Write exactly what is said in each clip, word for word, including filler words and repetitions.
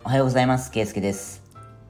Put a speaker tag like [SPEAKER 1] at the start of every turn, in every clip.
[SPEAKER 1] おはようございます。ケイスケです。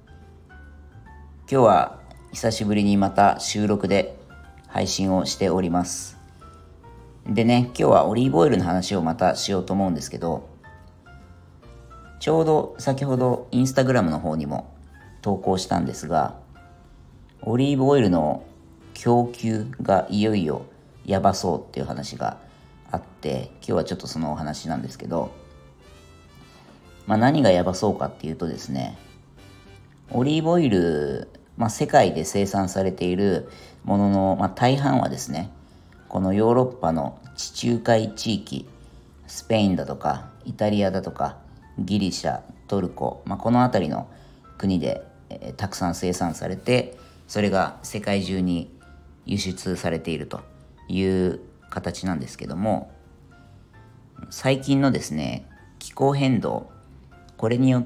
[SPEAKER 1] 今日は久しぶりにまた収録で配信をしております。でね、今日はオリーブオイルの話をまたしようと思うんですけど、ちょうど先ほどインスタグラムの方にも投稿したんですが、オリーブオイルの供給がいよいよやばそうっていう話があって、今日はちょっとそのお話なんですけど、まあ、何がやばそうかっていうとですね、オリーブオイル、まあ、世界で生産されているものの、まあ、大半はですね、このヨーロッパの地中海地域、スペインだとかイタリアだとかギリシャ、トルコ、まあ、この辺りの国で、えー、たくさん生産されて、それが世界中に輸出されているという形なんですけども、最近のですね、気候変動、これによって、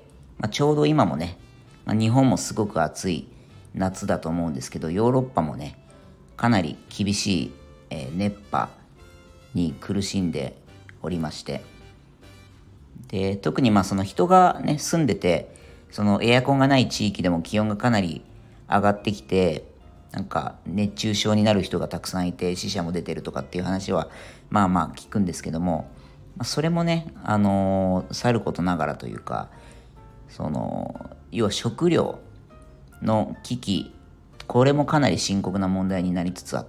[SPEAKER 1] まあ、ちょうど今もね、まあ、日本もすごく暑い夏だと思うんですけど、ヨーロッパもね、かなり厳しい、えー熱波に苦しんでおりまして、で特にまあその人がね住んでて、そのエアコンがない地域でも気温がかなり上がってきて、なんか熱中症になる人がたくさんいて死者も出てるとかっていう話はまあまあ聞くんですけども、まあそれもね、あのーさることながらというか、その要は食料の危機、これもかなり深刻な問題になりつつあって、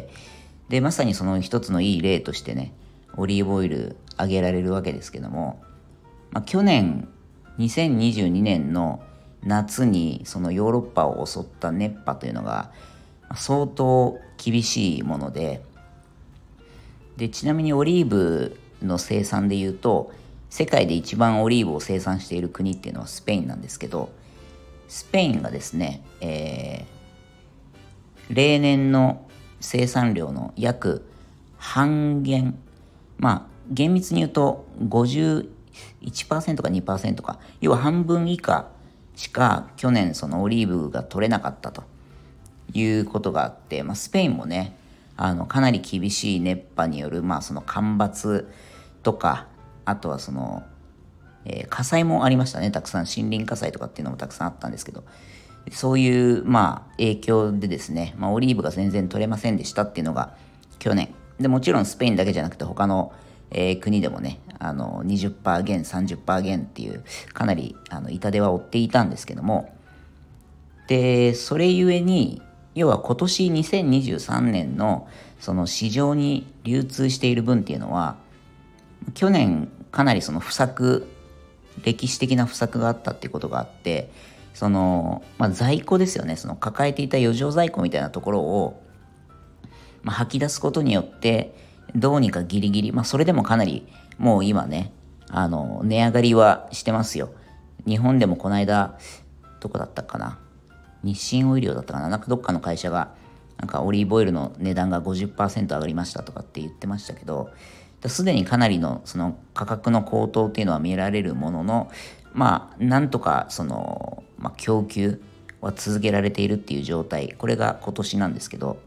[SPEAKER 1] でまさにその一つのいい例としてね、オリーブオイル挙げられるわけですけども、まあ、去年にせんにじゅうにねんの夏にそのヨーロッパを襲った熱波というのが相当厳しいもので、でちなみにオリーブの生産でいうと、世界で一番オリーブを生産している国っていうのはスペインなんですけど、スペインがですね、えー例年の生産量の約半減、まあ厳密に言うとごじゅういちパーセントかにパーセントか、要は半分以下しか去年そのオリーブが取れなかったということがあって、まあ、スペインもね、あのかなり厳しい熱波による、まあ、その干ばつとか、あとはその、えー火災もありましたね。たくさん森林火災とかっていうのもたくさんあったんですけど、そういうまあ影響でですね、まあ、オリーブが全然取れませんでしたっていうのが去年で、もちろんスペインだけじゃなくて他の、えー国でもね、あの にじゅっパーセント 減 さんじゅっパーセント 減っていうかなりあの痛手は負っていたんですけども、でそれゆえに、要は今年にせんにじゅうさんねんのその市場に流通している分っていうのは、去年かなりその不作、歴史的な不作があったっていうことがあって、その、まあ、在庫ですよね、その抱えていた余剰在庫みたいなところを、まあ、吐き出すことによってどうにかギリギリ、まあ、それでもかなりもう今ね、あの値上がりはしてますよ。日本でもこの間どこだったかな、日清オイリオだったかな、なんかどっかの会社がなんかオリーブオイルの値段がごじゅっパーセント上がりましたとかって言ってましたけど、すでにかなりのその価格の高騰っていうのは見られるものの、まあなんとかその、まあ、供給は続けられているっていう状態、これが今年なんですけど、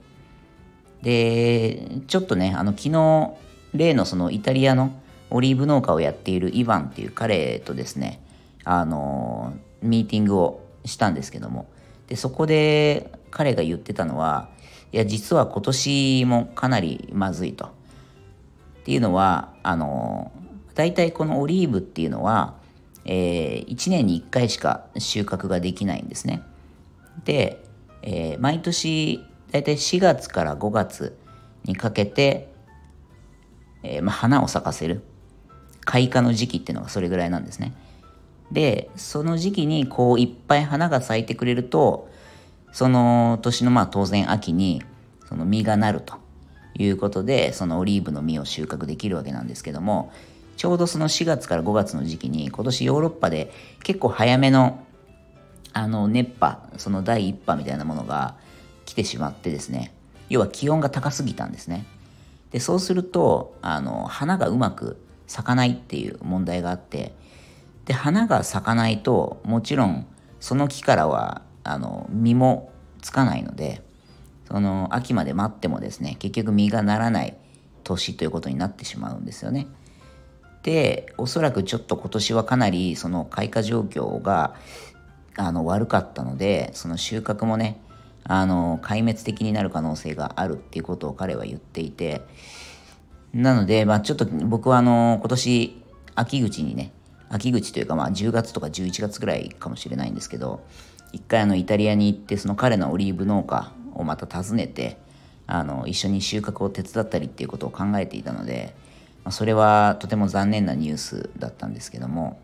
[SPEAKER 1] でちょっとね、あの昨日例のそのイタリアのオリーブ農家をやっているイヴァンっていう彼とですね、あのミーティングをしたんですけども、でそこで彼が言ってたのは、いや実は今年もかなりまずいと。っていうのは、あの大体このオリーブっていうのは、えー、いちねんにいっかいしか収穫ができないんですね。で、えー毎年大体しがつからごがつにかけて、えーまあ、花を咲かせる開花の時期っていうのがそれぐらいなんですね。でその時期にこういっぱい花が咲いてくれると、その年のまあ当然秋にその実がなるということで、そのオリーブの実を収穫できるわけなんですけども、ちょうどそのしがつからごがつの時期に今年ヨーロッパで結構早めのあの熱波、その第一波みたいなものが来てしまってですね、要は気温が高すぎたんですね。でそうするとあの花がうまく咲かないっていう問題があって、で花が咲かないともちろんその木からはあの実もつかないので、その秋まで待ってもですね、結局実がならない年ということになってしまうんですよね。 で、おそらくちょっと今年はかなりその開花状況があの悪かったので、その収穫もね、あの壊滅的になる可能性があるっていうことを彼は言っていて、なので、まあ、ちょっと僕はあの今年秋口にね、秋口というかまあじゅうがつとかじゅういちがつぐらいかもしれないんですけど、一回あのイタリアに行って、その彼のオリーブ農家をまた訪ねて、あの一緒に収穫を手伝ったりっていうことを考えていたので、まあ、それはとても残念なニュースだったんですけども、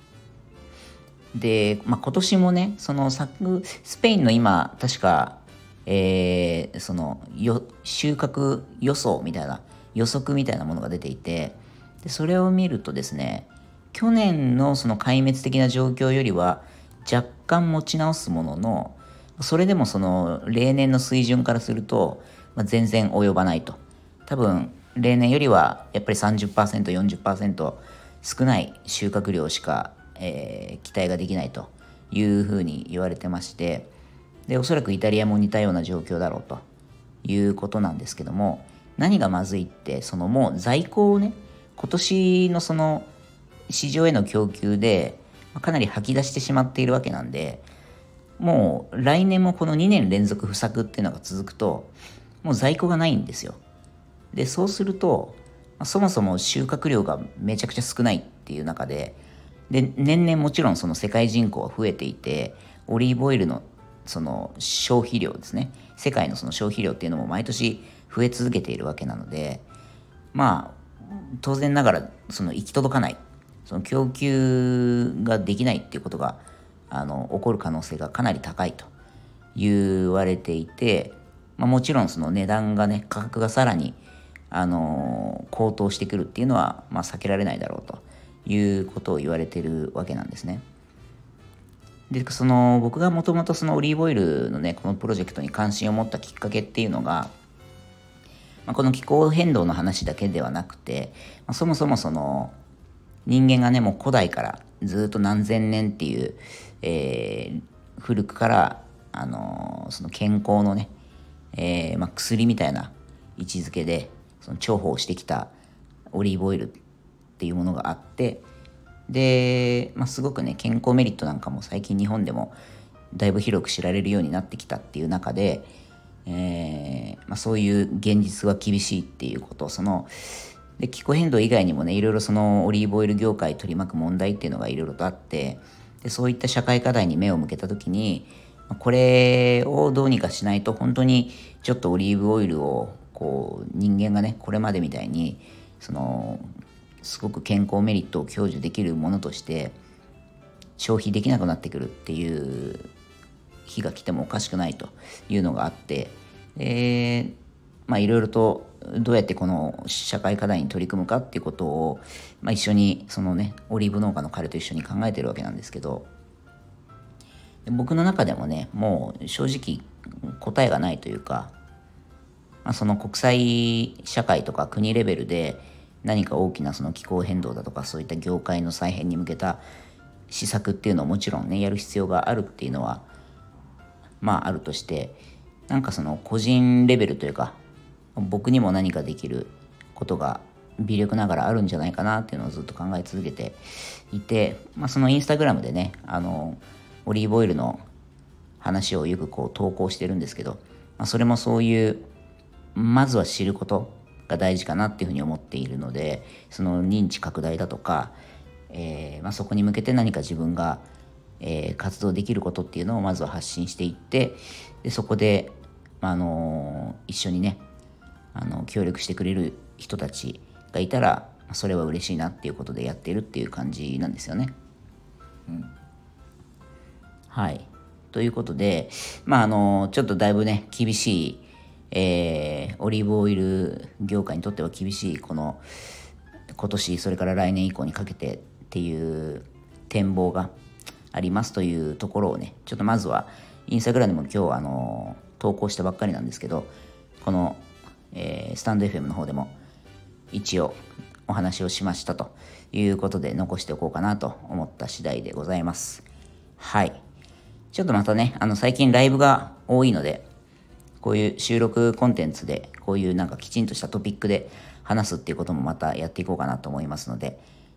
[SPEAKER 1] で、まあ、今年もね、その昨スペインの今確か、えー、そのよ収穫予想みたいな予測みたいなものが出ていて、でそれを見るとですね、去年のその壊滅的な状況よりは若干持ち直すものの、それでもその例年の水準からすると、まあ、全然及ばないと。多分例年よりはやっぱり さんじゅっパーセント、よんじゅっパーセント 少ない収穫量しか、えー期待ができないというふうに言われてまして、でおそらくイタリアも似たような状況だろうということなんですけども、何がまずいって、そのもう在庫をね、今年のその市場への供給でかなり吐き出してしまっているわけなんで、もう来年もこのにねん連続不作っていうのが続くと、もう在庫がないんですよ。でそうすると、そもそも収穫量がめちゃくちゃ少ないっていう中で、で年々もちろんその世界人口は増えていて、オリーブオイルのその消費量ですね、世界のその消費量っていうのも毎年増え続けているわけなので、まあ当然ながらその行き届かない、その供給ができないっていうことがあの起こる可能性がかなり高いと言われていて、まあ、もちろんその値段がね、価格がさらにあの高騰してくるっていうのは、まあ、避けられないだろうということを言われているわけなんですね。でその僕がもともとそのオリーブオイルのね、このプロジェクトに関心を持ったきっかけっていうのが、まあ、この気候変動の話だけではなくて、まあ、そもそもその人間がね、もう古代からずっと何千年っていう、えー古くからあのーその健康のね、えーまあ、薬みたいな位置づけでその重宝してきたオリーブオイルっていうものがあって、で、まあ、すごくね、健康メリットなんかも最近日本でもだいぶ広く知られるようになってきたっていう中で、えーまあ、そういう現実は厳しいっていうこと、そので気候変動以外にもね、いろいろそのオリーブオイル業界取り巻く問題っていうのがいろいろとあって、でそういった社会課題に目を向けた時に、これをどうにかしないと、本当にちょっとオリーブオイルをこう人間がね、これまでみたいにそのすごく健康メリットを享受できるものとして消費できなくなってくるっていう日が来てもおかしくないというのがあって、でまあいろいろとどうやってこの社会課題に取り組むかっていうことを、まあ、一緒にそのね、オリーブ農家の彼と一緒に考えてるわけなんですけど、僕の中でもね、もう正直答えがないというか、まあ、その国際社会とか国レベルで何か大きなその気候変動だとか、そういった業界の再編に向けた施策っていうのをもちろんね、やる必要があるっていうのはまああるとして、なんかその個人レベルというか、僕にも何かできることが微力ながらあるんじゃないかなっていうのをずっと考え続けていて、まあ、そのインスタグラムでね、あのオリーブオイルの話をよくこう投稿してるんですけど、まあ、それもそういうまずは知ることが大事かなっていうふうに思っているので、その認知拡大だとか、えーまあ、そこに向けて何か自分が、えー活動できることっていうのをまずは発信していって、でそこで、まああの一緒にね、あの協力してくれる人たちがいたら、それは嬉しいなっていうことでやっているっていう感じなんですよね。うん、はいということで、まああのちょっとだいぶね、厳しい、えーオリーブオイル業界にとっては厳しい、この今年それから来年以降にかけてっていう展望がありますというところをね、ちょっとまずはインスタグラムでも今日あの投稿したばっかりなんですけど、このえースタンド エフエム の方でも一応お話をしましたということで、残しておこうかなと思った次第でございます。はい。ちょっとまたね、あの最近ライブが多いので、こういう収録コンテンツでこういうなんかきちんとしたトピックで話すっていうこともまたやっていこうかなと思いますので、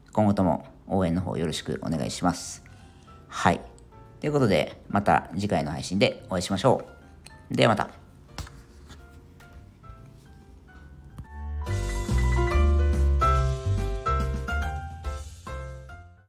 [SPEAKER 1] 今後とも応援の方よろしくお願いします。はい。ということで、また次回の配信でお会いしましょう。ではまた。